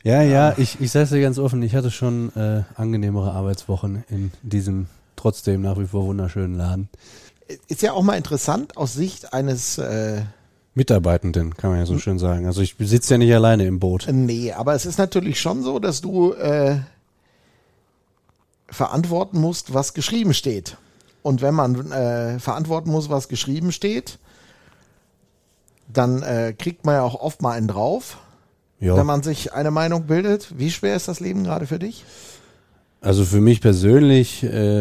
Ja, ich sag's dir ganz offen, ich hatte schon angenehmere Arbeitswochen in diesem trotzdem nach wie vor wunderschönen Laden. Ist ja auch mal interessant aus Sicht eines Mitarbeitenden, kann man ja so schön sagen. Also ich sitze ja nicht alleine im Boot. Nee, aber es ist natürlich schon so, dass du verantworten musst, was geschrieben steht. Und wenn man verantworten muss, was geschrieben steht, dann kriegt man ja auch oft mal einen drauf, wenn man sich eine Meinung bildet. Wie schwer ist das Leben gerade für dich? Also für mich persönlich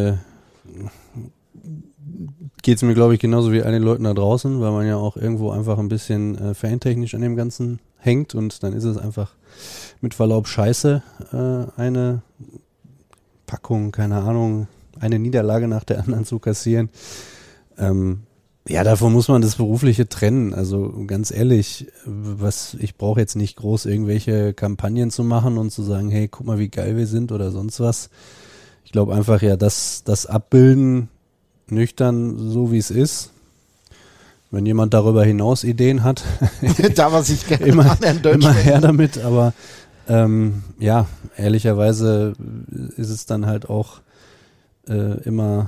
geht es mir, glaube ich, genauso wie allen Leuten da draußen, weil man ja auch irgendwo einfach ein bisschen fantechnisch an dem Ganzen hängt und dann ist es einfach mit Verlaub scheiße, eine Packung, keine Ahnung, eine Niederlage nach der anderen zu kassieren. Ja, davon muss man das Berufliche trennen. Also ganz ehrlich, ich brauche jetzt nicht groß irgendwelche Kampagnen zu machen und zu sagen, hey, guck mal, wie geil wir sind oder sonst was. Ich glaube einfach, ja, das abbilden, nüchtern, so wie es ist. Wenn jemand darüber hinaus Ideen hat, da was ich gerne immer her damit, aber ja, ehrlicherweise ist es dann halt auch immer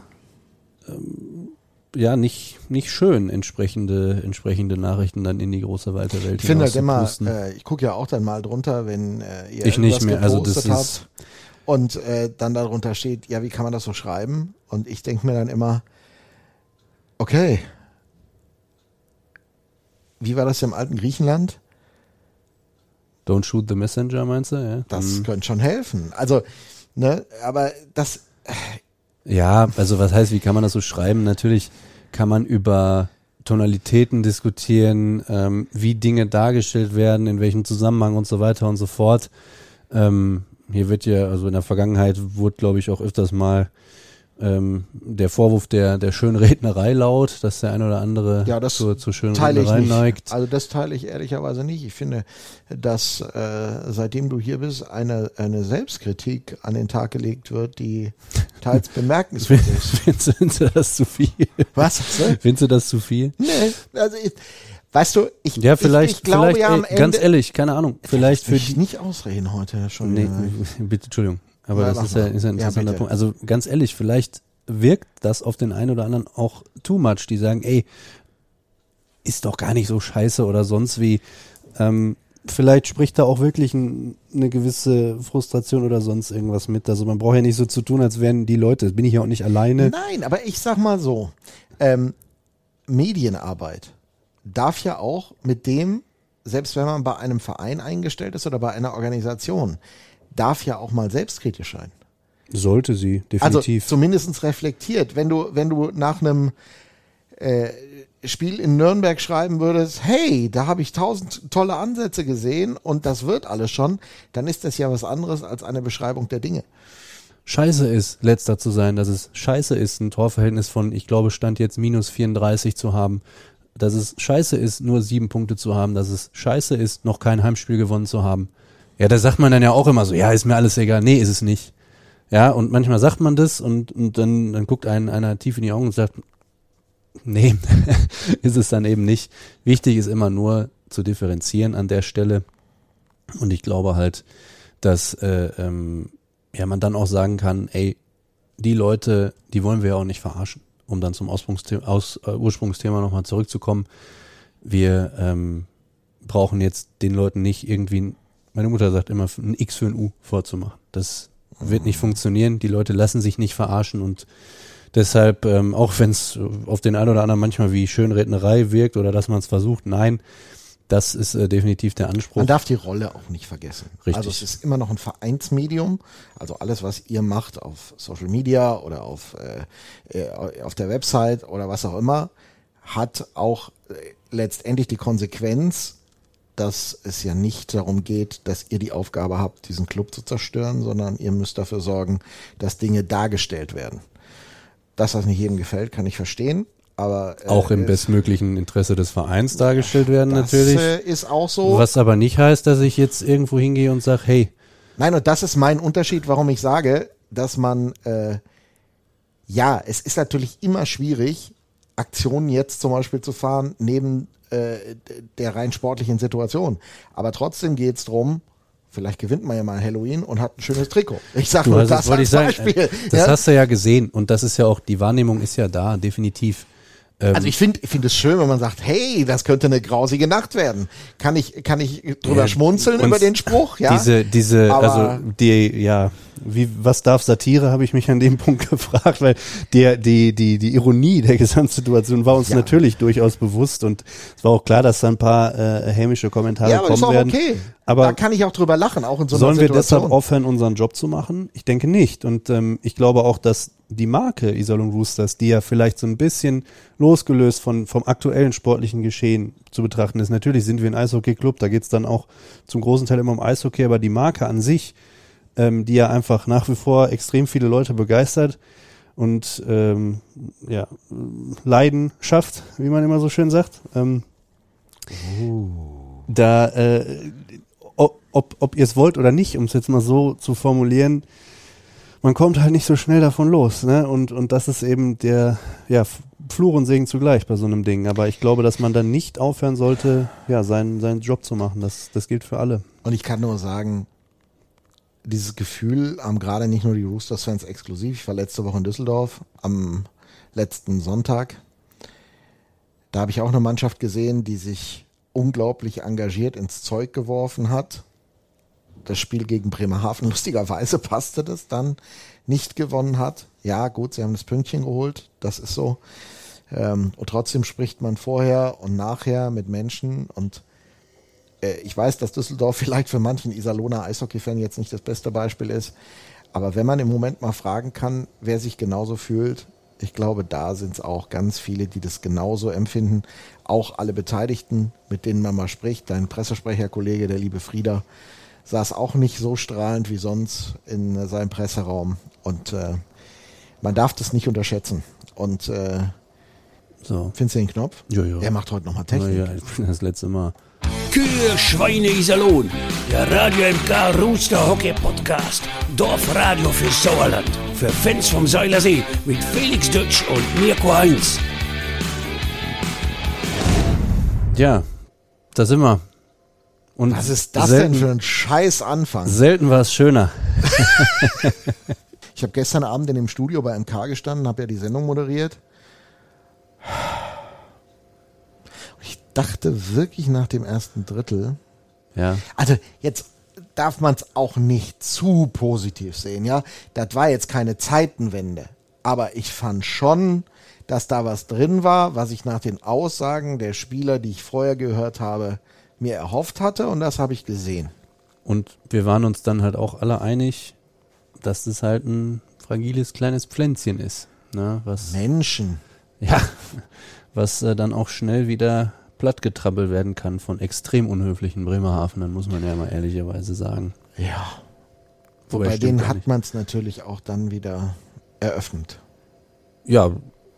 ja nicht schön, entsprechende Nachrichten dann in die große weite Welt Ich finde halt immer, ich gucke ja auch dann mal drunter, wenn ihr ich nicht mehr, also das habt und dann darunter steht, ja, wie kann man das so schreiben? Und ich denke mir dann immer, okay, wie war das im alten Griechenland? Don't shoot the messenger, meinst du? Ja. Das könnte schon helfen. Also, ne, aber das... Ja, also was heißt, wie kann man das so schreiben? Natürlich kann man über Tonalitäten diskutieren, wie Dinge dargestellt werden, in welchem Zusammenhang und so weiter und so fort. Hier wird ja, also in der Vergangenheit wurde, glaube ich, auch öfters mal der Vorwurf der Schönrednerei laut, dass der eine oder andere zur Schönrednerei neigt. Also das teile ich ehrlicherweise nicht. Ich finde, dass seitdem du hier bist, eine Selbstkritik an den Tag gelegt wird, die teils bemerkenswert ist. Findest du das zu viel? Was? Findest du das zu viel? Nee, also weißt du, ich glaube ja am Ende... Ganz ehrlich, keine Ahnung. Vielleicht für dich nicht ausreden heute schon. Nee, bitte, Entschuldigung. Aber das ist ja ein interessanter Punkt. Also ganz ehrlich, vielleicht wirkt das auf den einen oder anderen auch too much. Die sagen, ey, ist doch gar nicht so scheiße oder sonst wie. Vielleicht spricht da auch wirklich eine gewisse Frustration oder sonst irgendwas mit. Also man braucht ja nicht so zu tun, als wären die Leute, bin ich ja auch nicht alleine. Nein, aber ich sag mal so, Medienarbeit darf ja auch mit dem, selbst wenn man bei einem Verein eingestellt ist oder bei einer Organisation, darf ja auch mal selbstkritisch sein. Sollte sie, definitiv. Also zumindest reflektiert. Wenn du nach einem Spiel in Nürnberg schreiben würdest, hey, da habe ich 1000 tolle Ansätze gesehen und das wird alles schon, dann ist das ja was anderes als eine Beschreibung der Dinge. Scheiße ist, letzter zu sein, dass es scheiße ist, ein Torverhältnis von, ich glaube, Stand jetzt -34 zu haben, dass es scheiße ist, nur 7 Punkte zu haben, dass es scheiße ist, noch kein Heimspiel gewonnen zu haben. Ja, da sagt man dann ja auch immer so, ja, ist mir alles egal. Nee, ist es nicht. Ja, und manchmal sagt man das und dann guckt einer tief in die Augen und sagt, nee, ist es dann eben nicht. Wichtig ist immer nur zu differenzieren an der Stelle. Und ich glaube halt, dass man dann auch sagen kann, ey, die Leute, die wollen wir ja auch nicht verarschen, um dann zum Ursprungsthema nochmal zurückzukommen. Wir brauchen jetzt den Leuten nicht irgendwie, meine Mutter sagt immer, ein X für ein U vorzumachen. Das wird nicht funktionieren. Die Leute lassen sich nicht verarschen und deshalb, auch wenn es auf den einen oder anderen manchmal wie Schönrednerei wirkt oder dass man es versucht, nein, das ist definitiv der Anspruch. Man darf die Rolle auch nicht vergessen. Richtig. Also es ist immer noch ein Vereinsmedium. Also alles, was ihr macht auf Social Media oder auf der Website oder was auch immer, hat auch letztendlich die Konsequenz, dass es ja nicht darum geht, dass ihr die Aufgabe habt, diesen Club zu zerstören, sondern ihr müsst dafür sorgen, dass Dinge dargestellt werden. Dass das nicht jedem gefällt, kann ich verstehen. Aber auch im bestmöglichen Interesse des Vereins dargestellt werden natürlich. Das ist auch so. Was aber nicht heißt, dass ich jetzt irgendwo hingehe und sage, hey. Nein, und das ist mein Unterschied, warum ich sage, dass man, es ist natürlich immer schwierig, Aktionen jetzt zum Beispiel zu fahren, neben der rein sportlichen Situation. Aber trotzdem geht es darum, Vielleicht gewinnt man ja mal Halloween und hat ein schönes Trikot. Ich sag Du, nur also das wollte als ich sagen, Beispiel. das Ja? hast du ja gesehen und das ist ja auch, die Wahrnehmung ist ja da, definitiv. Also ich finde es schön, wenn man sagt, hey, das könnte eine grausige Nacht werden. Kann ich drüber schmunzeln über den Spruch? Ja. Also was darf Satire, habe ich mich an dem Punkt gefragt, weil die Ironie der Gesamtsituation war uns natürlich durchaus bewusst und es war auch klar, dass da ein paar hämische Kommentare kommen werden. Okay. Aber da kann ich auch drüber lachen, auch in so einer sollen wir Situation. deshalb aufhören, unseren Job zu machen? Ich denke nicht. Und ich glaube auch, dass die Marke Iserlohn Roosters, die ja vielleicht so ein bisschen losgelöst vom aktuellen sportlichen Geschehen zu betrachten ist. Natürlich sind wir ein Eishockey-Club, da geht es dann auch zum großen Teil immer um Eishockey, aber die Marke an sich, die ja einfach nach wie vor extrem viele Leute begeistert und Leiden schafft, wie man immer so schön sagt. Ob ihr es wollt oder nicht, um es jetzt mal so zu formulieren, man kommt halt nicht so schnell davon los, ne? Und das ist eben der Fluch und Segen zugleich bei so einem Ding. Aber ich glaube, dass man dann nicht aufhören sollte, seinen Job zu machen. Das gilt für alle. Und ich kann nur sagen, dieses Gefühl haben gerade nicht nur die Roosters-Fans exklusiv. Ich war letzte Woche in Düsseldorf am letzten Sonntag. Da habe ich auch eine Mannschaft gesehen, die sich unglaublich engagiert ins Zeug geworfen hat. Das Spiel gegen Bremerhaven, lustigerweise passte das dann, nicht gewonnen hat. Ja gut, sie haben das Pünktchen geholt, das ist so. Und trotzdem spricht man vorher und nachher mit Menschen und ich weiß, dass Düsseldorf vielleicht für manchen Iserlohner Eishockey-Fan jetzt nicht das beste Beispiel ist, aber wenn man im Moment mal fragen kann, wer sich genauso fühlt, ich glaube, da sind es auch ganz viele, die das genauso empfinden. Auch alle Beteiligten, mit denen man mal spricht. Dein Pressesprecherkollege, der liebe Frieder, saß auch nicht so strahlend wie sonst in seinem Presseraum. Und man darf das nicht unterschätzen. Und findest du den Knopf? Jo. Er macht heute nochmal Technik. Ja, ich bin das letzte Mal. Kühe, Schweine, Iserlohn. Der Radio MK Rooster Hockey Podcast. Dorfradio für Sauerland. Für Fans vom Seilersee mit Felix Dutsch und Mirko Heinz. Ja, da sind wir. Und was ist das denn für ein scheiß Anfang? Selten war es schöner. Ich habe gestern Abend in dem Studio bei MK gestanden, habe ja die Sendung moderiert. Ich dachte wirklich nach dem ersten Drittel, also jetzt darf man es auch nicht zu positiv sehen, ja. Das war jetzt keine Zeitenwende, aber ich fand schon, dass da was drin war, was ich nach den Aussagen der Spieler, die ich vorher gehört habe, mir erhofft hatte und das habe ich gesehen. Und wir waren uns dann halt auch alle einig, dass das halt ein fragiles kleines Pflänzchen ist. Ne? Menschen. Ja, was dann auch schnell wieder plattgetrabbelt werden kann von extrem unhöflichen Bremerhavenern, muss man ja mal ehrlicherweise sagen. Ja. Wobei denen hat man es natürlich auch dann wieder eröffnet. Ja.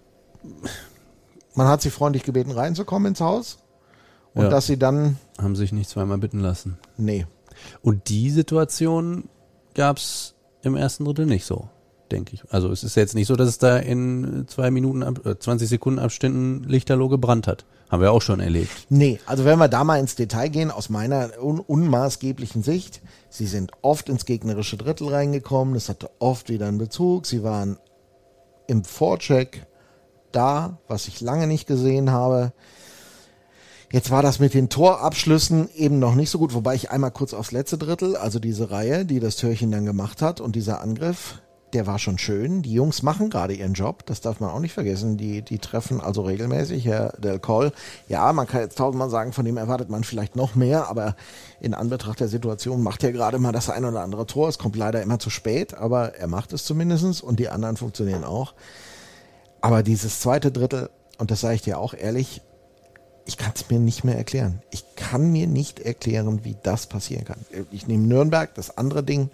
Man hat sie freundlich gebeten, reinzukommen ins Haus. Und dass sie dann... Haben sich nicht zweimal bitten lassen. Nee. Und die Situation gab es im ersten Drittel nicht so, denke ich. Also es ist jetzt nicht so, dass es da in 20 Sekunden Abständen lichterloh gebrannt hat. Haben wir auch schon erlebt. Nee, also wenn wir da mal ins Detail gehen, aus meiner unmaßgeblichen Sicht, sie sind oft ins gegnerische Drittel reingekommen, es hatte oft wieder einen Bezug, sie waren im Vorcheck da, was ich lange nicht gesehen habe. Jetzt war das mit den Torabschlüssen eben noch nicht so gut, wobei ich einmal kurz aufs letzte Drittel, also diese Reihe, die das Türchen dann gemacht hat und dieser Angriff, der war schon schön. Die Jungs machen gerade ihren Job, das darf man auch nicht vergessen. Die treffen also regelmäßig. Herr Del Col, ja, man kann jetzt tausendmal sagen, von dem erwartet man vielleicht noch mehr, aber in Anbetracht der Situation macht er gerade mal das ein oder andere Tor. Es kommt leider immer zu spät, aber er macht es zumindest und die anderen funktionieren auch. Aber dieses zweite Drittel, und das sage ich dir auch ehrlich, ich kann es mir nicht mehr erklären. Ich kann mir nicht erklären, wie das passieren kann. Ich nehme Nürnberg, das andere Ding,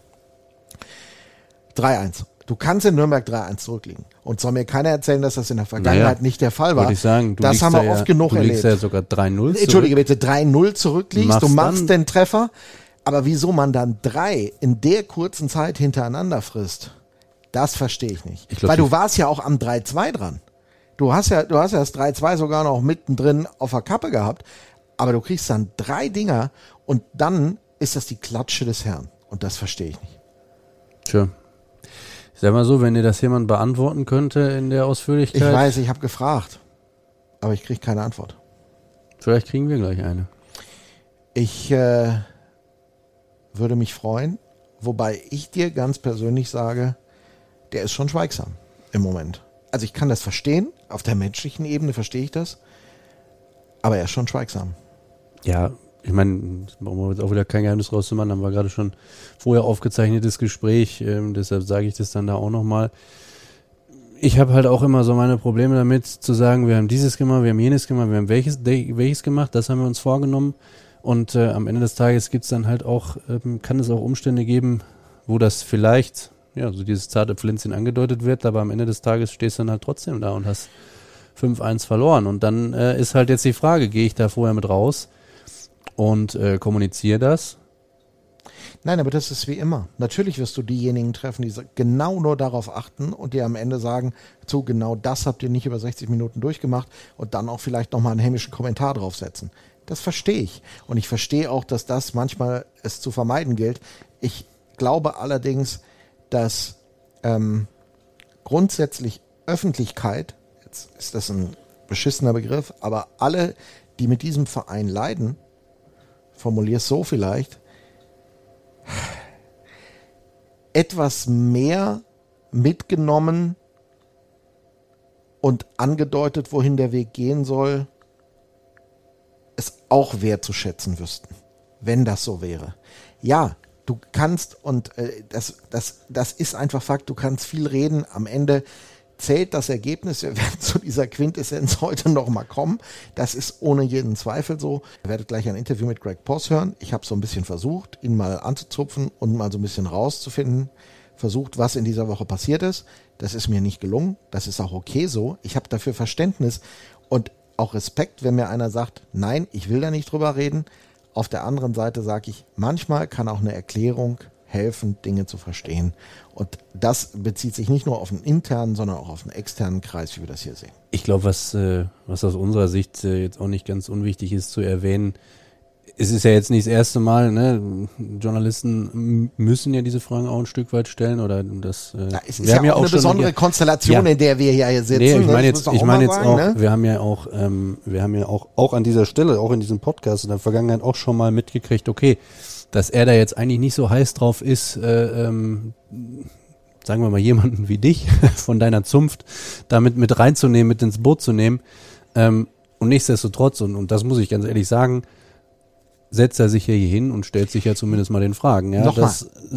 3-1. Du kannst in Nürnberg 3-1 zurückliegen. Und soll mir keiner erzählen, dass das in der Vergangenheit nicht der Fall war. Wollte ich sagen, das haben wir oft genug erlebt. Du liegst ja sogar 3-0 zurück. Entschuldige bitte, 3-0 zurückliegst, du machst den Treffer. Aber wieso man dann 3 in der kurzen Zeit hintereinander frisst, das verstehe ich nicht. Weil du warst ja auch am 3-2 dran. Du hast ja das 3-2 sogar noch mittendrin auf der Kappe gehabt, aber du kriegst dann 3 Dinger und dann ist das die Klatsche des Herrn. Und das verstehe ich nicht. Tja. Ich sag mal so, wenn dir das jemand beantworten könnte in der Ausführlichkeit. Ich weiß, ich habe gefragt, aber ich kriege keine Antwort. Vielleicht kriegen wir gleich eine. Ich würde mich freuen, wobei ich dir ganz persönlich sage, der ist schon schweigsam im Moment. Also ich kann das verstehen, auf der menschlichen Ebene verstehe ich das, aber er ist schon schweigsam. Ja, ich meine, brauchen wir jetzt auch wieder kein Geheimnis rauszumachen, haben wir gerade schon vorher aufgezeichnetes Gespräch, deshalb sage ich das dann da auch nochmal. Ich habe halt auch immer so meine Probleme damit zu sagen, wir haben dieses gemacht, wir haben jenes gemacht, wir haben welches gemacht, das haben wir uns vorgenommen und am Ende des Tages gibt's dann halt auch, kann es auch Umstände geben, wo das vielleicht, ja, so dieses zarte Pflänzchen angedeutet wird, aber am Ende des Tages stehst du dann halt trotzdem da und hast 5-1 verloren und dann ist halt jetzt die Frage, gehe ich da vorher mit raus und kommuniziere das? Nein, aber das ist wie immer. Natürlich wirst du diejenigen treffen, die genau nur darauf achten und dir am Ende sagen, so genau das habt ihr nicht über 60 Minuten durchgemacht und dann auch vielleicht nochmal einen hämischen Kommentar draufsetzen. Das verstehe ich. Und ich verstehe auch, dass das manchmal es zu vermeiden gilt. Ich glaube allerdings, dass grundsätzlich Öffentlichkeit, jetzt ist das ein beschissener Begriff, aber alle, die mit diesem Verein leiden, formulier es so vielleicht, etwas mehr mitgenommen und angedeutet, wohin der Weg gehen soll, es auch wertzuschätzen wüssten, wenn das so wäre. Ja, du kannst, und das ist einfach Fakt, du kannst viel reden, am Ende zählt das Ergebnis, wir werden zu dieser Quintessenz heute nochmal kommen, das ist ohne jeden Zweifel so. Ihr werdet gleich ein Interview mit Greg Poss hören, ich habe so ein bisschen versucht, ihn mal anzuzupfen und mal so ein bisschen rauszufinden, versucht, was in dieser Woche passiert ist, das ist mir nicht gelungen, das ist auch okay so, ich habe dafür Verständnis und auch Respekt, wenn mir einer sagt, nein, ich will da nicht drüber reden. Auf der anderen Seite sage ich, manchmal kann auch eine Erklärung helfen, Dinge zu verstehen. Und das bezieht sich nicht nur auf einen internen, sondern auch auf einen externen Kreis, wie wir das hier sehen. Ich glaube, was aus unserer Sicht jetzt auch nicht ganz unwichtig ist zu erwähnen, es ist ja jetzt nicht das erste Mal, ne? Journalisten müssen ja diese Fragen auch ein Stück weit stellen oder das. Es ist ja auch eine besondere Konstellation, in der wir hier sitzen. Nee, ich meine jetzt auch, ne? wir haben ja auch an dieser Stelle, auch in diesem Podcast in der Vergangenheit auch schon mal mitgekriegt, okay, dass er da jetzt eigentlich nicht so heiß drauf ist, sagen wir mal jemanden wie dich von deiner Zunft damit mit reinzunehmen, mit ins Boot zu nehmen. Und nichtsdestotrotz, und das muss ich ganz ehrlich sagen, setzt er sich hier hin und stellt sich ja zumindest mal den Fragen. Ja, Nochmal,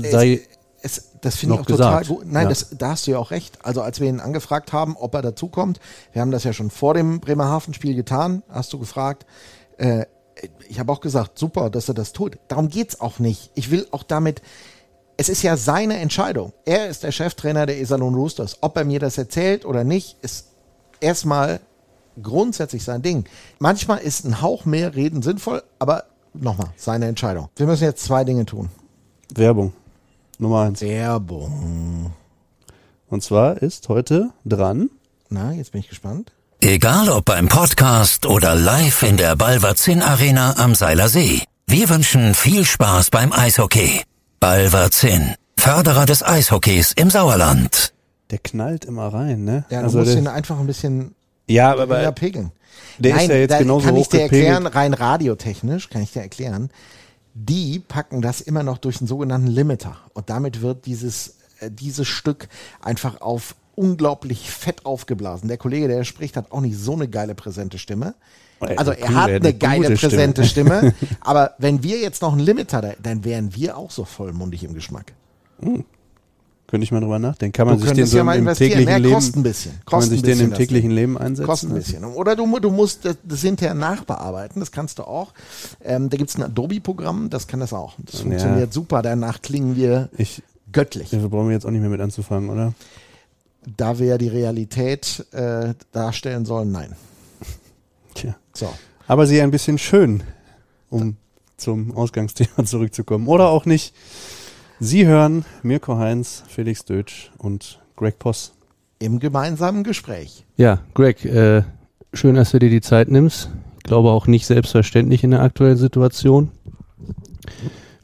das finde ich auch total gesagt. gut. Nein, Ja. Da hast du ja auch recht. Also als wir ihn angefragt haben, ob er dazukommt, wir haben das ja schon vor dem Bremerhaven-Spiel getan, hast du gefragt. Ich habe auch gesagt, super, dass er das tut. Darum geht's auch nicht. Ich will auch damit, es ist ja seine Entscheidung. Er ist der Cheftrainer der Iserlohn Roosters. Ob er mir das erzählt oder nicht, ist erstmal grundsätzlich sein Ding. Manchmal ist ein Hauch mehr Reden sinnvoll, aber nochmal, seine Entscheidung. Wir müssen jetzt 2 Dinge tun. Werbung. Nummer 1. Werbung. Und zwar ist heute dran. Na, jetzt bin ich gespannt. Egal ob beim Podcast oder live in der Balverzin Arena am Seiler See. Wir wünschen viel Spaß beim Eishockey. Balverzin, Förderer des Eishockeys im Sauerland. Der knallt immer rein, ne? Ja, du musst ihn einfach ein bisschen aber pegeln. der ist ja jetzt da genauso kann ich dir hochgepegelt. erklären, rein radiotechnisch kann ich dir erklären, die packen das immer noch durch einen sogenannten Limiter. Und damit wird dieses Stück einfach auf unglaublich fett aufgeblasen. Der Kollege, der spricht, hat auch nicht so eine geile präsente Stimme. Also er hat eine geile präsente Stimme. Aber wenn wir jetzt noch einen Limiter, dann wären wir auch so vollmundig im Geschmack. Könnte ich mal drüber nachdenken. Kann man Du sich den könntest so ja mal im investieren. täglichen Leben, Kostet ein bisschen. kann man sich den im täglichen Leben einsetzen? Kostet ein bisschen. Oder du musst das hinterher nachbearbeiten, das kannst du auch. Da gibt es ein Adobe-Programm, das kann das auch. Das funktioniert super, danach klingen wir göttlich. Dafür brauchen wir jetzt auch nicht mehr mit anzufangen, oder? Da wir die Realität darstellen sollen, nein. Tja. So. Aber sie ein bisschen schön, um zum Ausgangsthema zurückzukommen. Oder auch nicht. Sie hören Mirko Heinz, Felix Dötsch und Greg Poss. Im gemeinsamen Gespräch. Ja, Greg, schön, dass du dir die Zeit nimmst. Ich glaube auch nicht selbstverständlich in der aktuellen Situation.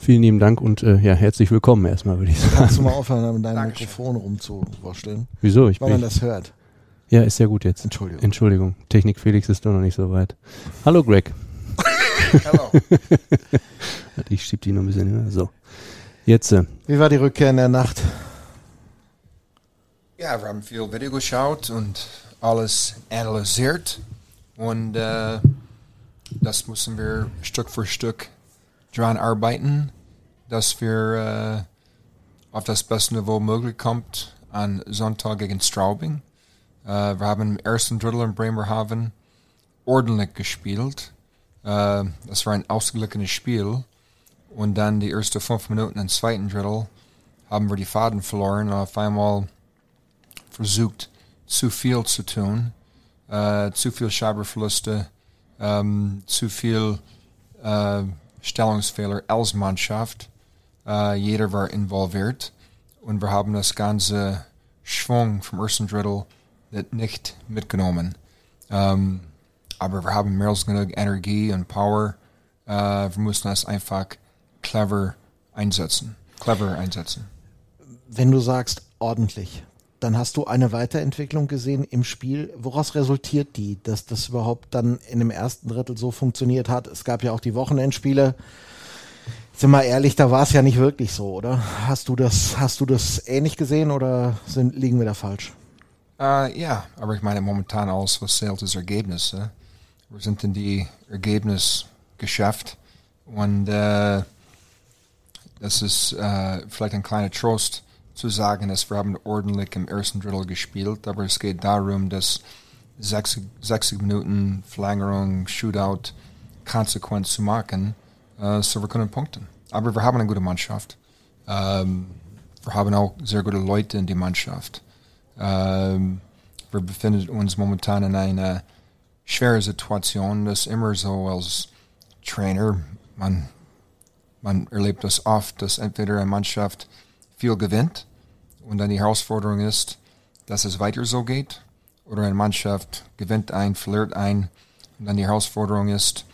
Vielen lieben Dank und herzlich willkommen erstmal, würde ich sagen. Kannst du mal aufhören, mit deinem Mikrofon rumzuwursteln? Wieso? Weil man das hört. Ja, ist ja gut jetzt. Entschuldigung. Technik Felix ist doch noch nicht so weit. Hallo Greg. Hallo. Ich schieb die noch ein bisschen höher. So. Jetzt. Wie war die Rückkehr in der Nacht? Ja, wir haben viel Video geschaut und alles analysiert. Und das müssen wir Stück für Stück dran arbeiten, dass wir auf das beste Niveau möglich kommt an Sonntag gegen Straubing. Wir haben im ersten Drittel in Bremerhaven ordentlich gespielt. Das war ein ausgeglichenes Spiel. Und dann die ersten 5 Minuten im zweiten Drittel haben wir die Faden verloren und auf einmal versucht, zu viel zu tun. Zu viel Scheibenverluste, zu viel Stellungsfehler als Mannschaft. Jeder war involviert und wir haben das ganze Schwung vom ersten Drittel nicht mitgenommen. Aber wir haben mehr als genug Energie und Power. Wir müssen das einfach clever einsetzen. Wenn du sagst ordentlich, dann hast du eine Weiterentwicklung gesehen im Spiel. Woraus resultiert die, dass das überhaupt dann in dem ersten Drittel so funktioniert hat? Es gab ja auch die Wochenendspiele. Sind wir ehrlich, da war es ja nicht wirklich so, oder? Hast du das ähnlich gesehen oder liegen wir da falsch? Ja, aber ich meine momentan alles, was zählt, ist Ergebnisse. Wir sind in die Ergebnisgeschäft und das ist vielleicht ein kleiner Trost zu sagen, dass wir haben ordentlich im ersten Drittel gespielt, aber es geht darum, dass 60 Minuten Verlängerung, Shootout konsequent zu machen, so wir können punkten. Aber wir haben eine gute Mannschaft. Wir haben auch sehr gute Leute in die Mannschaft. Wir befinden uns momentan in einer schweren Situation, das immer so als Trainer, man erlebt das oft, dass entweder eine Mannschaft viel gewinnt und dann die Herausforderung ist, dass es weiter so geht, oder eine Mannschaft gewinnt ein, verliert ein und dann die Herausforderung ist,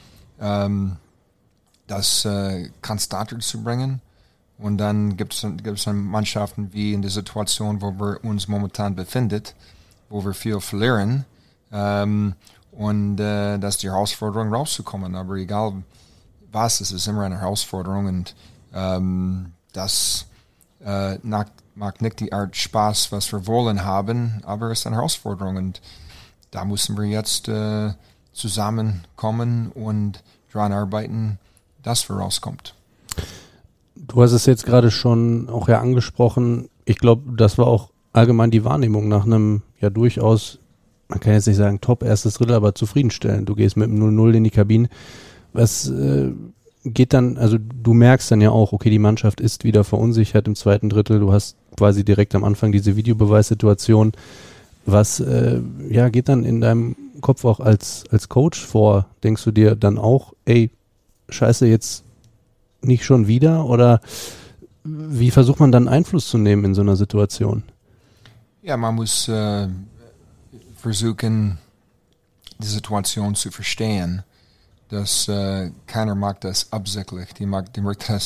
das konstanter zu bringen. Und dann gibt es Mannschaften wie in der Situation, wo wir uns momentan befinden, wo wir viel verlieren und das ist die Herausforderung rauszukommen. Aber egal was, es ist immer eine Herausforderung und das macht nicht die Art Spaß, was wir wollen haben, aber es ist eine Herausforderung und da müssen wir jetzt zusammenkommen und daran arbeiten, dass wir rauskommt. Du hast es jetzt gerade schon auch angesprochen. Ich glaube, das war auch allgemein die Wahrnehmung nach einem ja durchaus, man kann jetzt nicht sagen Top erstes Drittel, aber zufriedenstellend. Du gehst mit dem 0-0 in die Kabine. Was geht dann, also du merkst dann ja auch, okay, die Mannschaft ist wieder verunsichert im zweiten Drittel. Du hast quasi direkt am Anfang diese Videobeweissituation. Was geht dann in deinem Kopf auch als Coach vor? Denkst du dir dann auch, ey, scheiße, jetzt nicht schon wieder? Oder wie versucht man dann Einfluss zu nehmen in so einer Situation? Ja, man muss versuchen, die Situation zu verstehen. Dass keiner mag das absichtlich. Die möchte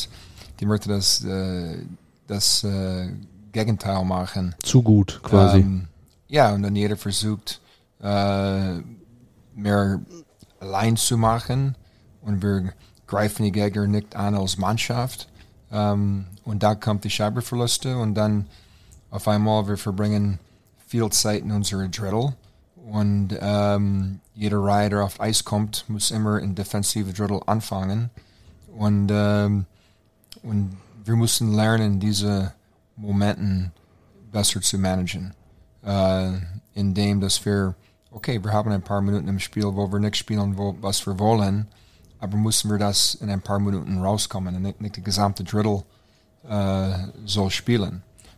das Gegenteil machen. Zu gut, quasi. Ja, und dann jeder versucht, mehr allein zu machen. Und wir greifen die Gegner nicht an als Mannschaft. Und da kommt die Scheibenverluste. Und dann auf einmal, wir verbringen viel Zeit in unserer Drittel. Und jeder Reihe, der auf Eis kommt, muss immer in defensive Drittel anfangen. Und wir müssen lernen, diese Momenten besser zu managen. Indem, dass wir haben ein paar Minuten im Spiel, wo wir nicht spielen, was wir wollen, aber müssen wir das in ein paar Minuten rauskommen und nicht die gesamte Drittel soll spielen.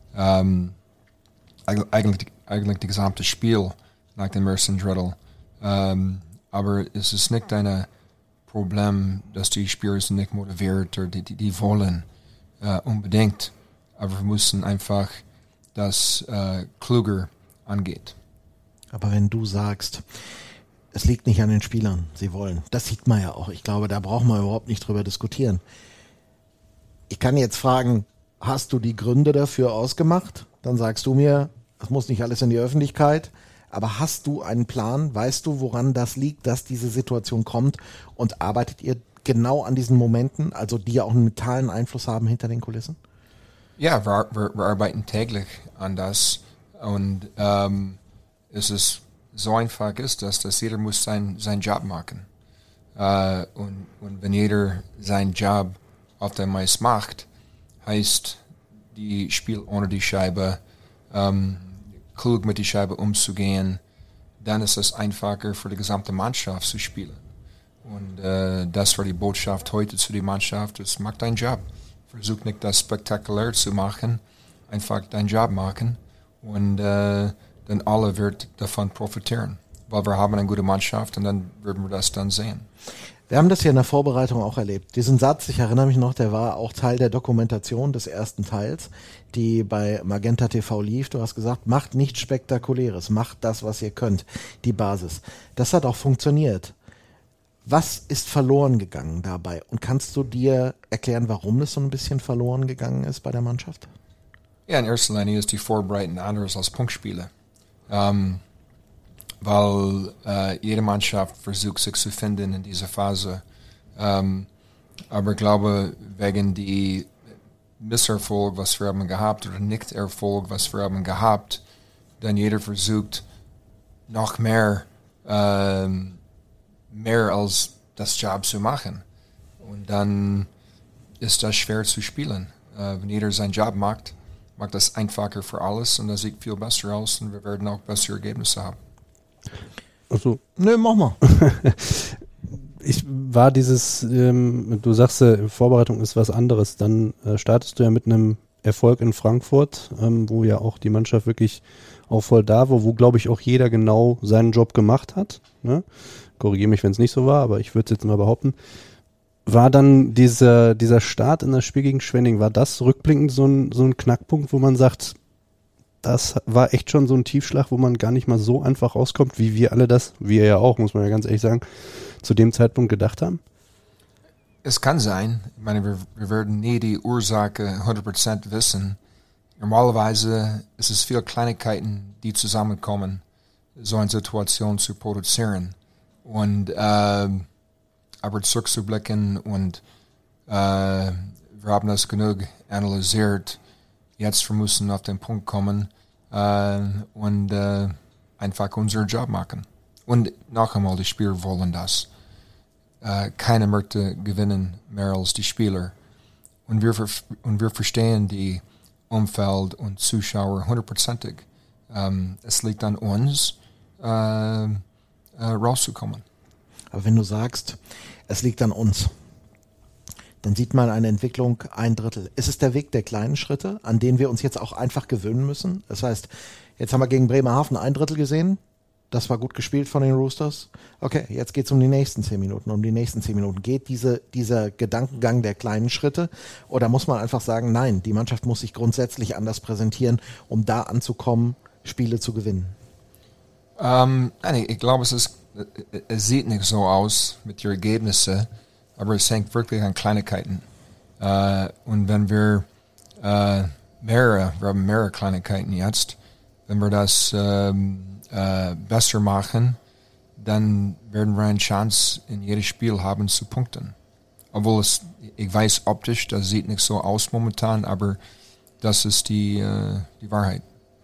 Eigentlich das gesamte Spiel nach dem ersten Drittel. Aber es ist nicht ein Problem, dass die Spieler sind nicht motiviert oder die wollen unbedingt. Aber wir müssen einfach das kluger angehen. Aber wenn du sagst, es liegt nicht an den Spielern, sie wollen, das sieht man ja auch. Ich glaube, da brauchen wir überhaupt nicht drüber diskutieren. Ich kann jetzt fragen, hast du die Gründe dafür ausgemacht? Dann sagst du mir, das muss nicht alles in die Öffentlichkeit. Aber hast du einen Plan? Weißt du, woran das liegt, dass diese Situation kommt? Und arbeitet ihr genau an diesen Momenten, also die ja auch einen mentalen Einfluss haben hinter den Kulissen? Ja, wir arbeiten täglich an das. Und es ist so einfach ist das, dass jeder muss seinen Job machen. Und wenn jeder seinen Job auf dem Eis macht, heißt die Spiel ohne die Scheibe, klug mit der Scheibe umzugehen, dann ist es einfacher für die gesamte Mannschaft zu spielen. Und das war die Botschaft heute zu der Mannschaft, es macht deinen Job. Versuch nicht das spektakulär zu machen, einfach deinen Job machen und dann alle wird davon profitieren. Weil wir haben eine gute Mannschaft und dann würden wir das dann sehen. Wir haben das hier in der Vorbereitung auch erlebt. Diesen Satz, ich erinnere mich noch, der war auch Teil der Dokumentation des ersten Teils, die bei Magenta TV lief. Du hast gesagt, macht nichts Spektakuläres, macht das, was ihr könnt, die Basis. Das hat auch funktioniert. Was ist verloren gegangen dabei? Und kannst du dir erklären, warum das so ein bisschen verloren gegangen ist bei der Mannschaft? Ja, in erster Linie ist die Vorbereitung anders als Punktspiele. Weil jede Mannschaft versucht, sich zu finden in dieser Phase. Aber ich glaube, wegen die Misserfolg, was wir haben gehabt, oder Nicht-Erfolg, was wir haben gehabt, dann jeder versucht, noch mehr als das Job zu machen. Und dann ist das schwer zu spielen. Wenn jeder seinen Job macht das einfacher für alles und das sieht viel besser aus und wir werden auch bessere Ergebnisse haben. Also, Nö, mach mal. ich war du sagst, Vorbereitung ist was anderes. Dann startest du ja mit einem Erfolg in Frankfurt, wo ja auch die Mannschaft wirklich auch voll da war, wo glaube ich auch jeder genau seinen Job gemacht hat. Ne? Korrigiere mich, wenn es nicht so war, aber ich würde es jetzt mal behaupten. War dann dieser Start in das Spiel gegen Schwenning, war das rückblickend so ein Knackpunkt, wo man sagt, das war echt schon so ein Tiefschlag, wo man gar nicht mal so einfach rauskommt, wie wir alle das, wir ja auch, muss man ja ganz ehrlich sagen, zu dem Zeitpunkt gedacht haben? Es kann sein. Ich meine, wir werden nie die Ursache 100% wissen. Normalerweise ist es viele Kleinigkeiten, die zusammenkommen, so eine Situation zu produzieren. Und aber zurückzublicken und wir haben das genug analysiert. Jetzt wir müssen auf den Punkt kommen und einfach unseren Job machen. Und noch einmal, die Spieler wollen das. Keiner möchte gewinnen mehr als die Spieler. Und wir verstehen die Umfeld und Zuschauer 100%. Es liegt an uns, rauszukommen. Aber wenn du sagst, es liegt an uns, dann sieht man eine Entwicklung 1/3. Ist es der Weg der kleinen Schritte, an denen wir uns jetzt auch einfach gewöhnen müssen? Das heißt, jetzt haben wir gegen Bremerhaven 1/3 gesehen. Das war gut gespielt von den Roosters. Okay, jetzt geht's um die nächsten 10 Minuten, um die nächsten 10 Minuten. Geht dieser Gedankengang der kleinen Schritte? Oder muss man einfach sagen, nein, die Mannschaft muss sich grundsätzlich anders präsentieren, um da anzukommen, Spiele zu gewinnen? Nein, ich glaube, es sieht nicht so aus mit den Ergebnissen, aber es hängt wirklich an Kleinigkeiten. Und wenn wir haben mehrere Kleinigkeiten jetzt, wenn wir das besser machen, dann werden wir eine Chance in jedes Spiel haben zu punkten. Obwohl ich weiß optisch, das sieht nicht so aus momentan, aber das ist die Wahrheit.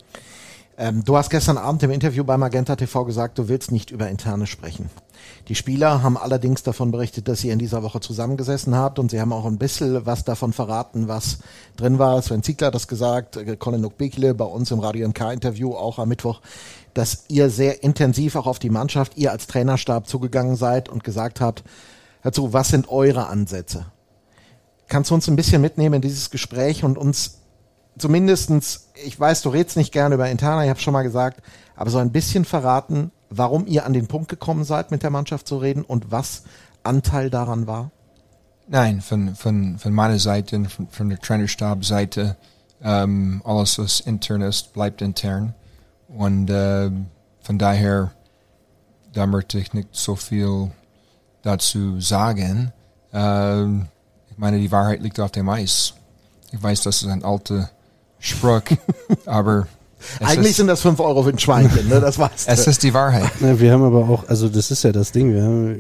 Du hast gestern Abend im Interview bei Magenta TV gesagt, du willst nicht über Interne sprechen. Die Spieler haben allerdings davon berichtet, dass ihr in dieser Woche zusammengesessen habt und sie haben auch ein bisschen was davon verraten, was drin war. Sven Ziegler hat das gesagt, Colin Ukbekele bei uns im Radio MK-Interview auch am Mittwoch, dass ihr sehr intensiv auch auf die Mannschaft, ihr als Trainerstab zugegangen seid und gesagt habt, hör zu, was sind eure Ansätze? Kannst du uns ein bisschen mitnehmen in dieses Gespräch und uns zumindestens, ich weiß, du redest nicht gerne über Interna, ich habe schon mal gesagt, aber so ein bisschen verraten, warum ihr an den Punkt gekommen seid, mit der Mannschaft zu reden und was Anteil daran war? Nein, von meiner Seite, von der Trainerstab-Seite, alles was intern ist, bleibt intern. Und von daher, da möchte ich nicht so viel dazu sagen. Ich meine, die Wahrheit liegt auf dem Eis. Ich weiß, das ist ein alter Spruch, aber Eigentlich sind das 5 Euro für ein Schweinchen, ne? Das weißt du. Es ist die Wahrheit. Na, wir haben aber auch, also das ist ja das Ding,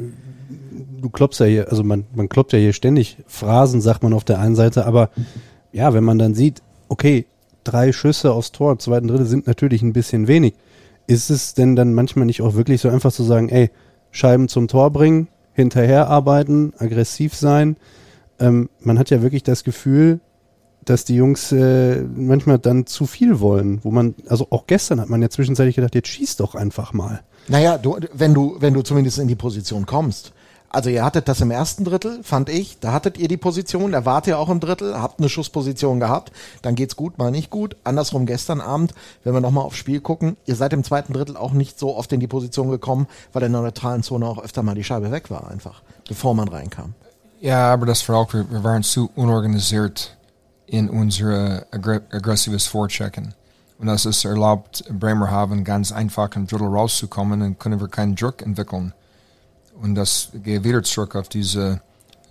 du klopfst ja hier, also man kloppt ja hier ständig Phrasen, sagt man auf der einen Seite, aber ja, wenn man dann sieht, okay, 3 Schüsse aufs Tor, 2. Drittel sind natürlich ein bisschen wenig. Ist es denn dann manchmal nicht auch wirklich so einfach zu sagen, ey, Scheiben zum Tor bringen, hinterher arbeiten, aggressiv sein? Man hat ja wirklich das Gefühl, dass die Jungs manchmal dann zu viel wollen, wo man, also auch gestern hat man ja zwischenzeitlich gedacht, jetzt schieß doch einfach mal. Naja, wenn du zumindest in die Position kommst. Also ihr hattet das im ersten Drittel, fand ich, da hattet ihr die Position, da wart ihr auch im Drittel, habt eine Schussposition gehabt, dann geht's gut, mal nicht gut. Andersrum gestern Abend, wenn wir nochmal aufs Spiel gucken, ihr seid im zweiten Drittel auch nicht so oft in die Position gekommen, weil in der neutralen Zone auch öfter mal die Scheibe weg war einfach, bevor man reinkam. Ja, aber das war auch, wir waren zu unorganisiert in unser aggressives Vorchecken. Und das ist erlaubt, Bremerhaven ganz einfach im Drittel rauszukommen, dann können wir keinen Druck entwickeln. Und das geht wieder zurück auf diese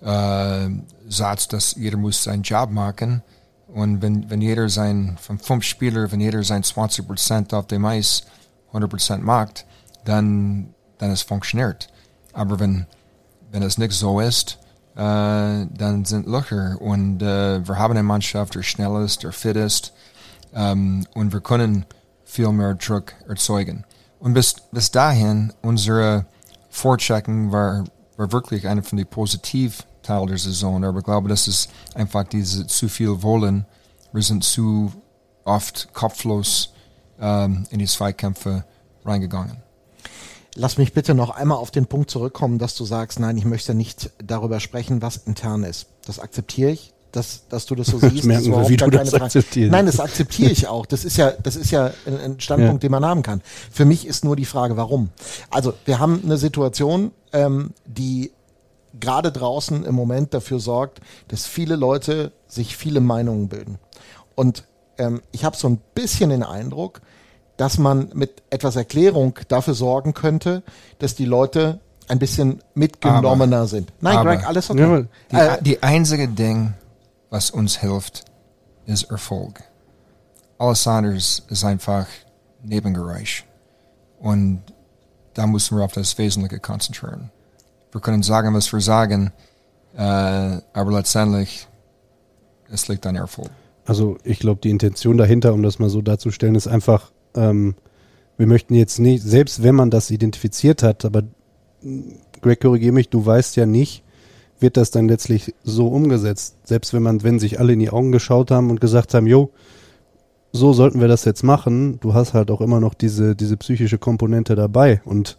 Satz, dass jeder muss seinen Job machen. Und wenn jeder von 5 Spielern, wenn jeder sein 20% auf dem Eis 100% macht, dann es funktioniert. Aber wenn es nicht so ist, dann sind Löcher. Und wir haben eine Mannschaft, der schnell ist, der fit ist. Und wir können viel mehr Druck erzeugen. Und bis dahin, unsere Vorchecken war wirklich einer von den positiven Teilen der Saison, aber ich glaube, das ist einfach diese zu viel Wollen. Wir sind zu oft kopflos in die Zweikämpfe reingegangen. Lass mich bitte noch einmal auf den Punkt zurückkommen, dass du sagst, nein, ich möchte nicht darüber sprechen, was intern ist. Das akzeptiere ich, dass du das so siehst. Merken wir, wie du das akzeptierst. Nein, das akzeptiere ich auch. Das ist ja ein Standpunkt, den man haben kann. Für mich ist nur die Frage, warum. Also wir haben eine Situation, die gerade draußen im Moment dafür sorgt, dass viele Leute sich viele Meinungen bilden. Und ich habe so ein bisschen den Eindruck, dass man mit etwas Erklärung dafür sorgen könnte, dass die Leute ein bisschen mitgenommener sind. Nein, Greg, alles okay. Die einzige Ding, was uns hilft, ist Erfolg. Alles andere ist einfach Nebengeräusch. Und da müssen wir auf das Wesentliche konzentrieren. Wir können sagen, was wir sagen, aber letztendlich, es liegt an Erfolg. Also ich glaube, die Intention dahinter, um das mal so darzustellen, ist einfach, wir möchten jetzt nicht, selbst wenn man das identifiziert hat, aber Greg, korrigiere mich, du weißt ja nicht, wird das dann letztlich so umgesetzt. Selbst wenn sich alle in die Augen geschaut haben und gesagt haben, jo, so sollten wir das jetzt machen, du hast halt auch immer noch diese psychische Komponente dabei. Und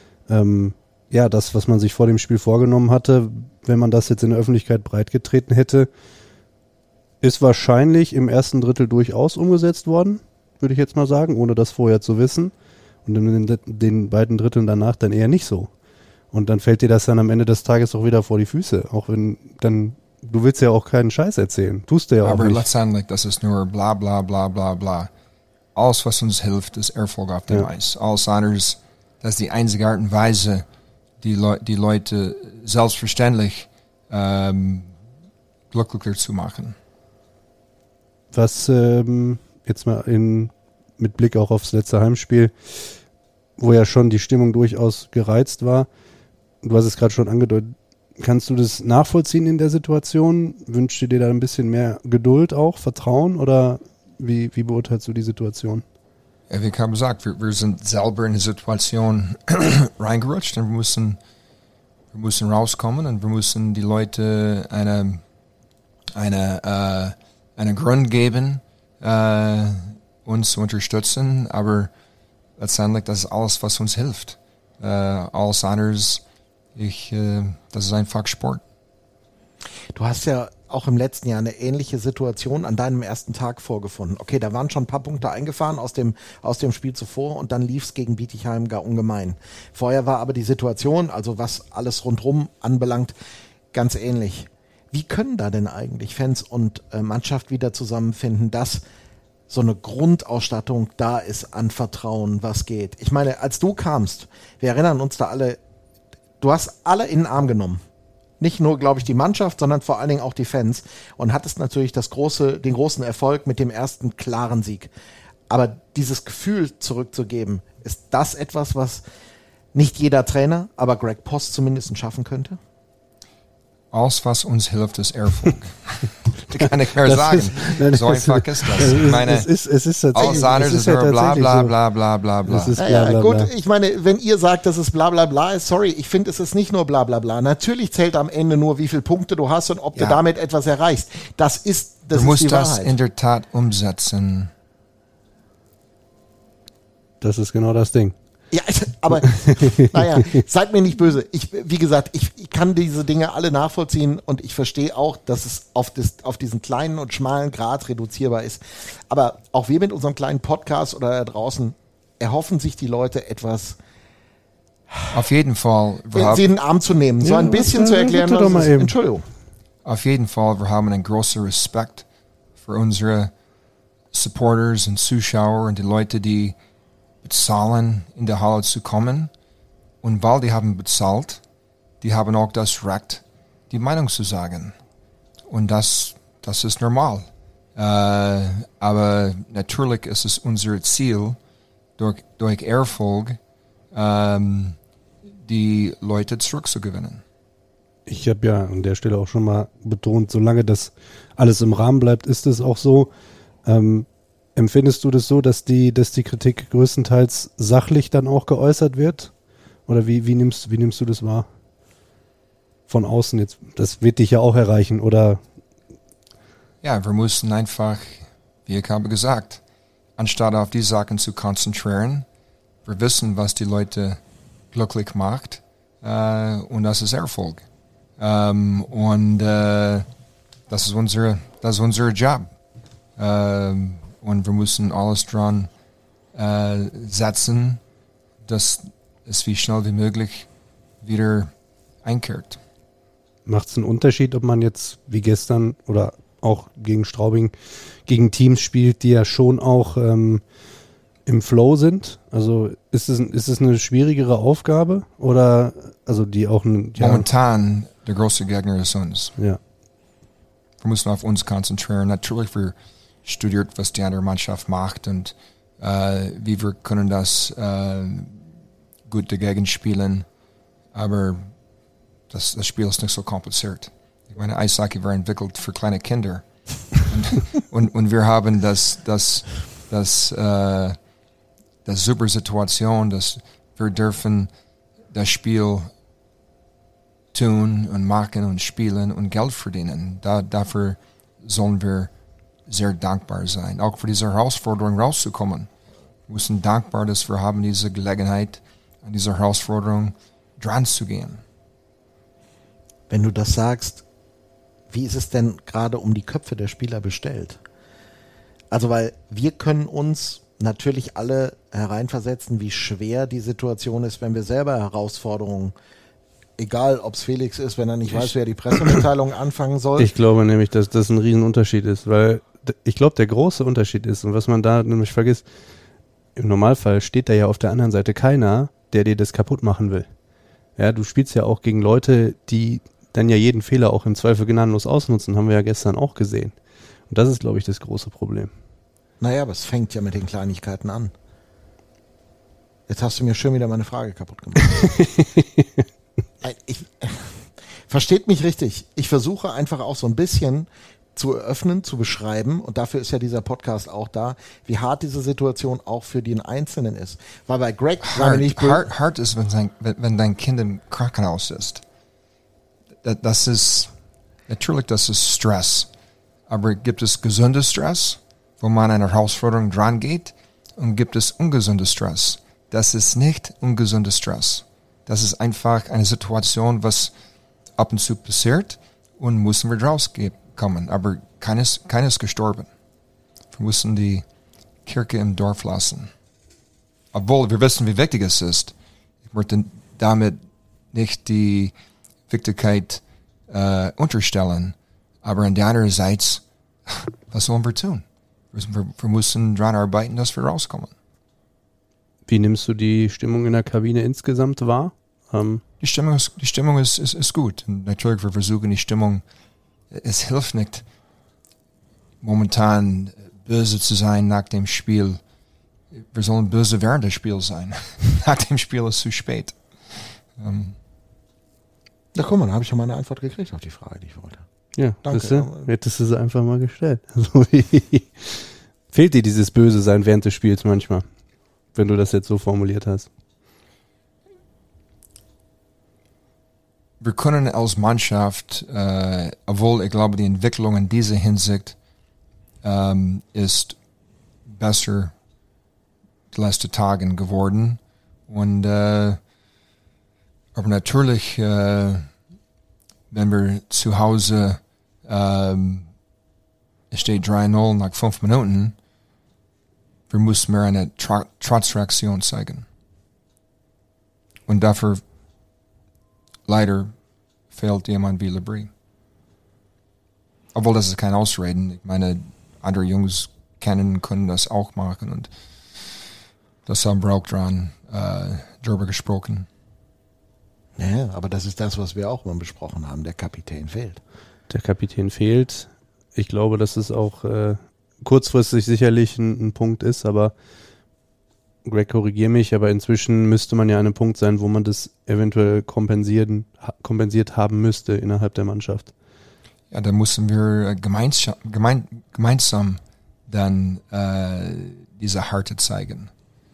ja, das, was man sich vor dem Spiel vorgenommen hatte, wenn man das jetzt in der Öffentlichkeit breitgetreten hätte, ist wahrscheinlich im ersten Drittel durchaus umgesetzt worden, würde ich jetzt mal sagen, ohne das vorher zu wissen. Und in den beiden Dritteln danach dann eher nicht so. Und dann fällt dir das dann am Ende des Tages auch wieder vor die Füße. Auch wenn dann, du willst ja auch keinen Scheiß erzählen. Tust du ja auch aber nicht. Aber letztendlich, das ist nur bla bla bla bla bla. Alles, was uns hilft, ist Erfolg auf dem Eis. Alles anderes, das ist die einzige Art und Weise, die Leute selbstverständlich glücklicher zu machen. Was jetzt mal mit Blick auch aufs letzte Heimspiel, wo ja schon die Stimmung durchaus gereizt war. Du hast es gerade schon angedeutet. Kannst du das nachvollziehen in der Situation? Wünschst du dir da ein bisschen mehr Geduld auch, Vertrauen oder wie beurteilst du die Situation? Ja, wie ich habe gesagt, wir sind selber in die Situation reingerutscht und wir müssen rauskommen und wir müssen die Leute eine Grund geben, uns zu unterstützen, aber letztendlich, das ist alles, was uns hilft. Alles anderes, das ist einfach Sport. Du hast ja auch im letzten Jahr eine ähnliche Situation an deinem ersten Tag vorgefunden. Okay, da waren schon ein paar Punkte eingefahren aus dem Spiel zuvor und dann lief es gegen Bietigheim gar ungemein. Vorher war aber die Situation, also was alles rundherum anbelangt, ganz ähnlich. Wie können da denn eigentlich Fans und Mannschaft wieder zusammenfinden, dass so eine Grundausstattung da ist an Vertrauen, was geht? Ich meine, als du kamst, wir erinnern uns da alle, du hast alle in den Arm genommen. Nicht nur, glaube ich, die Mannschaft, sondern vor allen Dingen auch die Fans. Und hattest natürlich den großen Erfolg mit dem ersten klaren Sieg. Aber dieses Gefühl zurückzugeben, ist das etwas, was nicht jeder Trainer, aber Greg Post zumindest schaffen könnte? Alles, was uns hilft, ist Erfolg. Das kann ich mehr sagen. So einfach ist das. Ich meine, es ist tatsächlich, alles andere ist nur bla bla bla bla bla bla. Es ist Naja, bla, bla, gut, bla. ich meine, wenn ihr sagt, dass es bla bla bla ist, sorry, ich finde, es ist nicht nur bla bla bla. Natürlich zählt am Ende nur, wie viele Punkte du hast und ob du damit etwas erreichst. Das ist Du die musst das Wahrheit. in der Tat umsetzen. Das ist genau das Ding. Ja, aber naja, seid mir nicht böse. Wie gesagt, ich kann diese Dinge alle nachvollziehen und ich verstehe auch, dass es auf diesen kleinen und schmalen Grad reduzierbar ist. Aber auch wir mit unserem kleinen Podcast oder da draußen erhoffen sich die Leute etwas, Auf jeden Fall. sie in den Arm zu nehmen, so Ja, ein bisschen was, zu erklären, bitte doch was mal es ist. eben. Entschuldigung. Auf jeden Fall, wir haben einen großen Respekt für unsere Supporters und Zuschauer und die Leute, die bezahlen, in der Halle zu kommen. Und weil die haben bezahlt, die haben auch das Recht, die Meinung zu sagen. Und das ist normal. Aber natürlich ist es unser Ziel, durch Erfolg die Leute zurückzugewinnen. Ich habe ja an der Stelle auch schon mal betont, solange das alles im Rahmen bleibt, ist es auch so. Empfindest du das so, dass die Kritik größtenteils sachlich dann auch geäußert wird? Oder wie nimmst du das wahr? Von außen jetzt, das wird dich ja auch erreichen, oder? Ja, wir müssen einfach, wie ich habe gesagt, anstatt auf die Sachen zu konzentrieren, wir wissen, was die Leute glücklich macht, und das ist Erfolg. Das ist unser Job. Und wir müssen alles dran setzen, dass es wie schnell wie möglich wieder einkehrt. Macht es einen Unterschied, ob man jetzt wie gestern oder auch gegen Straubing gegen Teams spielt, die ja schon auch im Flow sind? Also ist es eine schwierigere Aufgabe oder also die auch Momentan der große Gegner ist uns. Ja. Wir müssen auf uns konzentrieren. Natürlich, wir studiert, was die andere Mannschaft macht und wie wir können das gut dagegen spielen. Aber das Spiel ist nicht so kompliziert. Ich meine, Eishockey war entwickelt für kleine Kinder. und wir haben das super Situation, dass wir dürfen das Spiel tun und machen und spielen und Geld verdienen. Dafür sollen wir sehr dankbar sein. Auch für diese Herausforderung rauszukommen. Wir müssen dankbar, dass wir haben diese Gelegenheit, an dieser Herausforderung dran zu gehen. Wenn du das sagst, wie ist es denn gerade um die Köpfe der Spieler bestellt? Also, weil wir können uns natürlich alle hereinversetzen, wie schwer die Situation ist, wenn wir selber Herausforderungen, egal ob es Felix ist, wenn er nicht weiß, wer die Pressemitteilung anfangen soll. Ich glaube nämlich, dass das ein Riesenunterschied ist, weil ich glaube, der große Unterschied ist und was man da nämlich vergisst, im Normalfall steht da ja auf der anderen Seite keiner, der dir das kaputt machen will. Ja, du spielst ja auch gegen Leute, die dann ja jeden Fehler auch im Zweifel gnadenlos ausnutzen, haben wir ja gestern auch gesehen. Und das ist, glaube ich, das große Problem. Naja, aber es fängt ja mit den Kleinigkeiten an. Jetzt hast du mir schön wieder meine Frage kaputt gemacht. Versteht mich richtig. Ich versuche einfach auch so ein bisschen zu eröffnen, zu beschreiben, und dafür ist ja dieser Podcast auch da, wie hart diese Situation auch für den Einzelnen ist. Weil bei Greg hart ist, wenn dein Kind im Krankenhaus ist. Das ist Stress. Aber gibt es gesunden Stress, wo man an eine Herausforderung dran geht, und gibt es ungesunden Stress? Das ist nicht ungesunder Stress. Das ist einfach eine Situation, was ab und zu passiert, und müssen wir rauskommen. Aber keines gestorben. Wir müssen die Kirche im Dorf lassen. Obwohl wir wissen, wie wichtig es ist. Ich möchte damit nicht die Wichtigkeit unterstellen. Aber an der anderen Seite, was sollen wir tun? Wir müssen daran arbeiten, dass wir rauskommen. Wie nimmst du die Stimmung in der Kabine insgesamt wahr? Die Stimmung ist gut. Und natürlich, wir versuchen die Stimmung, es hilft nicht, momentan böse zu sein nach dem Spiel. Wir sollen böse während des Spiels sein. Nach dem Spiel ist es zu spät. Na guck mal, da habe ich schon mal eine Antwort gekriegt auf die Frage, die ich wollte. Ja, Danke. Hättest du sie einfach mal gestellt. Also, fehlt dir dieses Böse sein während des Spiels manchmal, wenn du das jetzt so formuliert hast? Wir können als Mannschaft, obwohl ich glaube, die Entwicklung in dieser Hinsicht ist besser die letzten Tage geworden. Und aber natürlich, wenn wir zu Hause es steht 3-0 nach 5 Minuten, wir müssen mehr eine Trotzreaktion zeigen. Und dafür leider fehlt jemand wie Labrie. Obwohl, das ist kein Ausreden. Ich meine, andere Jungs können das auch machen und das haben wir auch dran drüber gesprochen. Ja, aber das ist das, was wir auch mal besprochen haben. Der Kapitän fehlt. Der Kapitän fehlt. Ich glaube, dass es auch kurzfristig sicherlich ein Punkt ist, aber Greg, korrigier mich, aber inzwischen müsste man ja an einem Punkt sein, wo man das eventuell kompensiert haben müsste innerhalb der Mannschaft. Ja, da müssen wir gemeinsam dann diese Härte zeigen.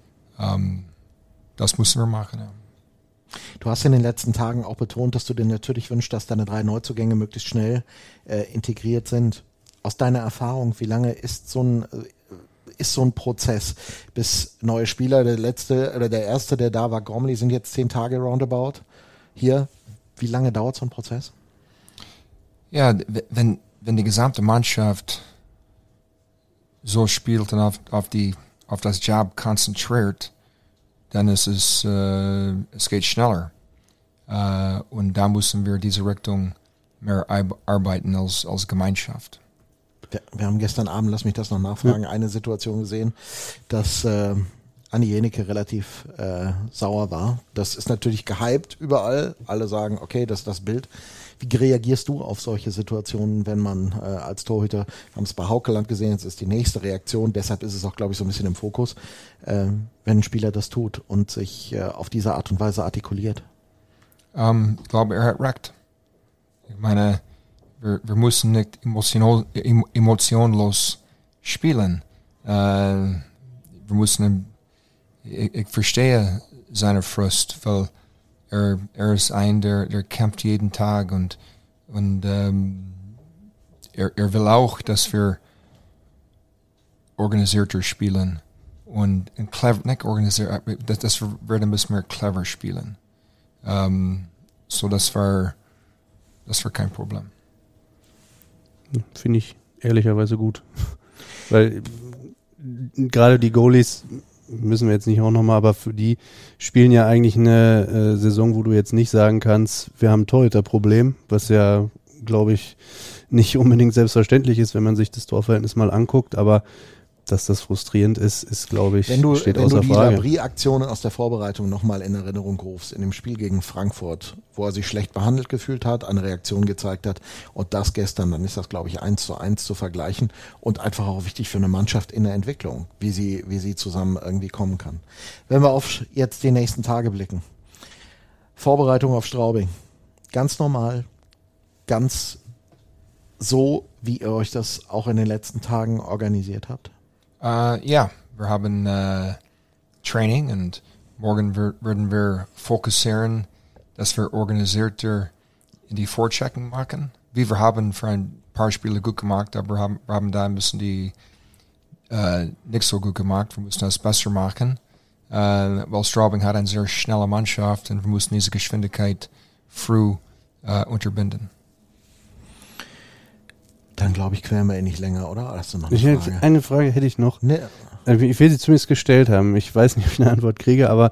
Das müssen wir machen. Ja. Du hast in den letzten Tagen auch betont, dass du dir natürlich wünschst, dass deine 3 Neuzugänge möglichst schnell integriert sind. Aus deiner Erfahrung, wie lange ist so ein Prozess, bis neue Spieler, der erste, der da war, Gormley, sind jetzt 10 Tage roundabout hier. Wie lange dauert so ein Prozess? Ja, wenn die gesamte Mannschaft so spielt und auf das Job konzentriert, dann ist es geht schneller. Und da müssen wir diese Richtung mehr arbeiten als Gemeinschaft. Wir haben gestern Abend, lass mich das noch nachfragen, eine Situation gesehen, dass Anni Jenecke relativ sauer war. Das ist natürlich gehypt überall. Alle sagen, okay, das ist das Bild. Wie reagierst du auf solche Situationen, wenn man als Torhüter, wir haben es bei Haukeland gesehen, jetzt ist die nächste Reaktion, deshalb ist es auch, glaube ich, so ein bisschen im Fokus, wenn ein Spieler das tut und sich auf diese Art und Weise artikuliert? Ich glaube, er hat recht. Ich meine, wir müssen nicht emotionlos spielen. Wir müssen, ich verstehe seine Frust, weil er ist der kämpft jeden Tag und er will auch, dass wir organisierter spielen und clever, nicht organisiert, dass wir ein bisschen mehr clever spielen. So das war kein Problem. Finde ich ehrlicherweise gut. Weil gerade die Goalies müssen wir jetzt nicht auch nochmal, aber für die spielen ja eigentlich eine Saison, wo du jetzt nicht sagen kannst, wir haben ein Torhüterproblem, was ja, glaube ich, nicht unbedingt selbstverständlich ist, wenn man sich das Torverhältnis mal anguckt, aber dass das frustrierend ist, glaube ich, steht außer Frage. Wenn du die Labrie-Aktionen aus der Vorbereitung nochmal in Erinnerung rufst, in dem Spiel gegen Frankfurt, wo er sich schlecht behandelt gefühlt hat, eine Reaktion gezeigt hat und das gestern, dann ist das, glaube ich, 1:1 zu vergleichen und einfach auch wichtig für eine Mannschaft in der Entwicklung, wie sie zusammen irgendwie kommen kann. Wenn wir auf jetzt die nächsten Tage blicken. Vorbereitung auf Straubing. Ganz normal, ganz so, wie ihr euch das auch in den letzten Tagen organisiert habt? Ja, wir haben Training und morgen werden wir fokussieren, dass wir organisierter in die Vorchecken machen. Wie wir haben für ein paar Spiele gut gemacht, aber wir haben da ein bisschen die nicht so gut gemacht. Wir müssen das besser machen, weil Straubing hat eine sehr schnelle Mannschaft und wir müssen diese Geschwindigkeit früh unterbinden. Dann glaube ich, quälen wir ihn nicht länger, oder? Hast du noch eine Frage? Eine Frage hätte ich noch. Nee. Ich will sie zumindest gestellt haben. Ich weiß nicht, ob ich eine Antwort kriege, aber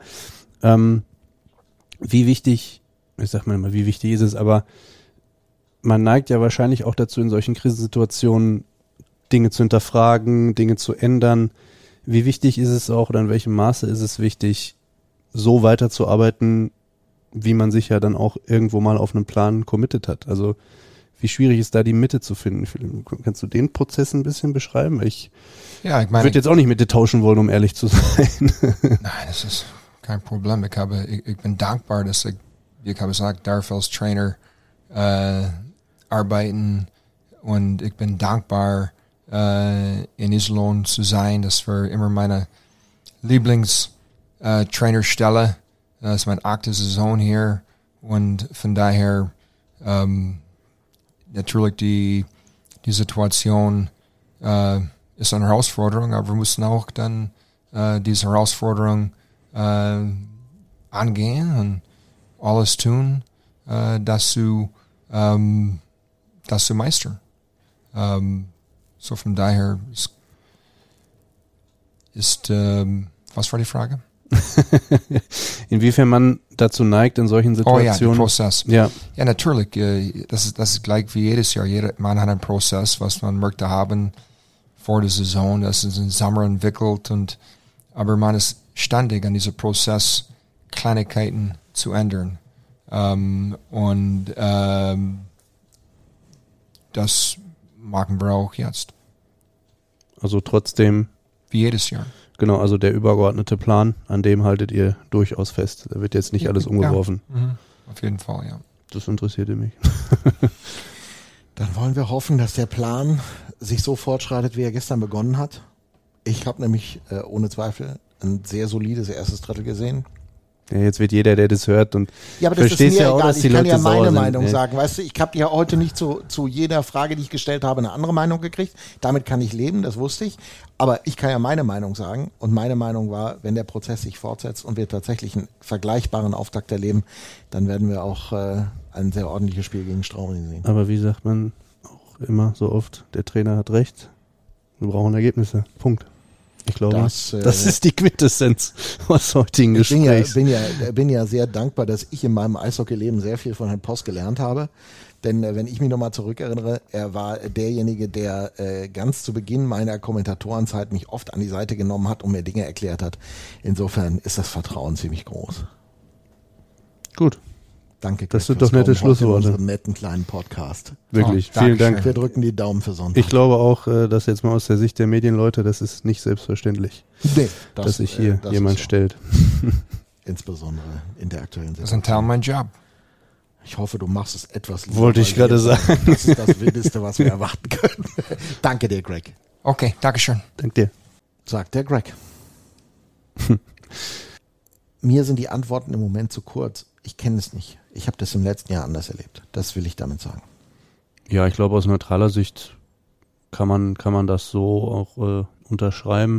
wie wichtig ist es, aber man neigt ja wahrscheinlich auch dazu, in solchen Krisensituationen Dinge zu hinterfragen, Dinge zu ändern. Wie wichtig ist es auch oder in welchem Maße ist es wichtig, so weiterzuarbeiten, wie man sich ja dann auch irgendwo mal auf einen Plan committed hat. Also wie schwierig ist da die Mitte zu finden? Kannst du den Prozess ein bisschen beschreiben? Ich würde jetzt auch nicht mit dir tauschen wollen, um ehrlich zu sein. Nein, das ist kein Problem. Ich bin dankbar, dass ich, wie ich habe gesagt, darf als Trainer arbeiten, und ich bin dankbar, in Iserlohn zu sein. Das war immer meine Lieblings-Trainerstelle. Das ist meine 8. Saison hier, und von daher natürlich die Situation ist eine Herausforderung, aber wir müssen auch dann diese Herausforderung angehen und alles tun, das zu meistern. So von daher ist was war die Frage? Inwiefern man dazu neigt, in solchen Situationen. Oh ja, der Prozess. Ja, ja, natürlich. Das ist gleich wie jedes Jahr. Man hat einen Prozess, was man möchte haben vor der Saison, das ist im Sommer entwickelt, aber man ist ständig an diesem Prozess, Kleinigkeiten zu ändern. Das machen wir auch jetzt. also trotzdem. Wie jedes Jahr. Genau, also der übergeordnete Plan, an dem haltet ihr durchaus fest. Da wird jetzt nicht alles umgeworfen. Ja. Mhm. Auf jeden Fall, ja. Das interessierte mich. Dann wollen wir hoffen, dass der Plan sich so fortschreitet, wie er gestern begonnen hat. Ich habe nämlich ohne Zweifel ein sehr solides erstes Drittel gesehen. Ja, jetzt wird jeder, der das hört und Ja, aber das ist verstehst mir ja auch, egal. dass die Ich kann Leute ja meine sauer sind. Meinung Ja. sagen. Weißt du, ich habe ja heute nicht zu jeder Frage, die ich gestellt habe, eine andere Meinung gekriegt. Damit kann ich leben, das wusste ich. Aber ich kann ja meine Meinung sagen. Und meine Meinung war, wenn der Prozess sich fortsetzt und wir tatsächlich einen vergleichbaren Auftakt erleben, dann werden wir auch ein sehr ordentliches Spiel gegen Straubing sehen. Aber wie sagt man auch immer so oft, der Trainer hat recht. Wir brauchen Ergebnisse. Punkt. Ich glaube, das ist die Quintessenz aus heutigen Ich Gesprächs. bin ja sehr dankbar, dass ich in meinem Eishockeyleben sehr viel von Herrn Post gelernt habe. Denn wenn ich mich nochmal zurückerinnere, er war derjenige, der ganz zu Beginn meiner Kommentatorenzeit mich oft an die Seite genommen hat und mir Dinge erklärt hat. Insofern ist das Vertrauen ziemlich groß. Gut, Danke. Das sind fürs doch nette Kommen heute in Schlussworte. unserem netten kleinen Podcast. wirklich. Oh, Vielen Dankeschön. Dank. Wir drücken die Daumen für Sonntag. Ich glaube auch, dass jetzt mal aus der Sicht der Medienleute, das ist nicht selbstverständlich, Nee, dass sich hier das jemand ist so. stellt. Insbesondere in der aktuellen Das ist ein Situation. Teil meiner Job. Ich hoffe, du machst es etwas lieber. Wollte ich weil gerade wir- sagen. Das ist das Wildeste, was wir erwarten können. Danke dir, Greg. Okay, Dankeschön. Dank dir. Sagt der Greg. Mir sind die Antworten im Moment zu kurz. Ich kenne es nicht. Ich habe das im letzten Jahr anders erlebt. Das will ich damit sagen. Ja, ich glaube, aus neutraler Sicht kann man das so auch unterschreiben.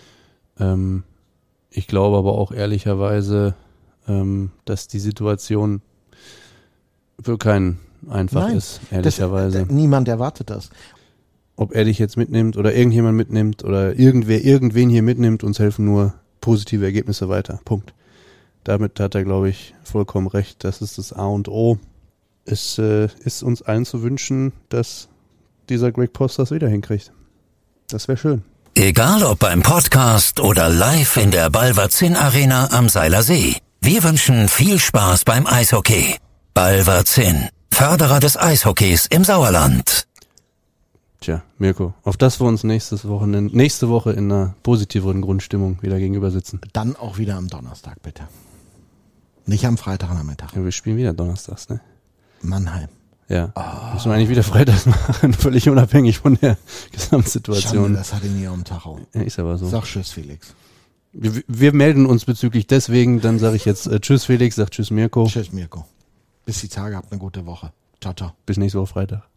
Ich glaube aber auch ehrlicherweise, dass die Situation für keinen einfach Nein, ist, ehrlicherweise. Niemand erwartet das. Ob er dich jetzt mitnimmt oder irgendjemand mitnimmt oder irgendwen hier mitnimmt, uns helfen nur positive Ergebnisse weiter. Punkt. Damit hat er, glaube ich, vollkommen recht. Das ist das A und O. Es ist uns allen zu wünschen, dass dieser Greg Post das wieder hinkriegt. Das wäre schön. Egal ob beim Podcast oder live in der Balverzin Arena am Seiler See. Wir wünschen viel Spaß beim Eishockey. Balverzin, Förderer des Eishockeys im Sauerland. Tja, Mirko, auf das wir uns nächste Woche in einer positiveren Grundstimmung wieder gegenüber sitzen. Dann auch wieder am Donnerstag, bitte. Nicht am Freitagnachmittag. Ja, wir spielen wieder donnerstags, ne? Mannheim. Ja. Müssen wir eigentlich wieder freitags machen, völlig unabhängig von der Gesamtsituation. Schande, das hat ihn hier am Tacho. Ja, ist aber so. Sag Tschüss, Felix. Wir melden uns bezüglich deswegen, dann sage ich jetzt Tschüss Felix, sag Tschüss Mirko. Tschüss, Mirko. Bis die Tage, habt eine gute Woche. Ciao, ciao. Bis nächste Woche Freitag.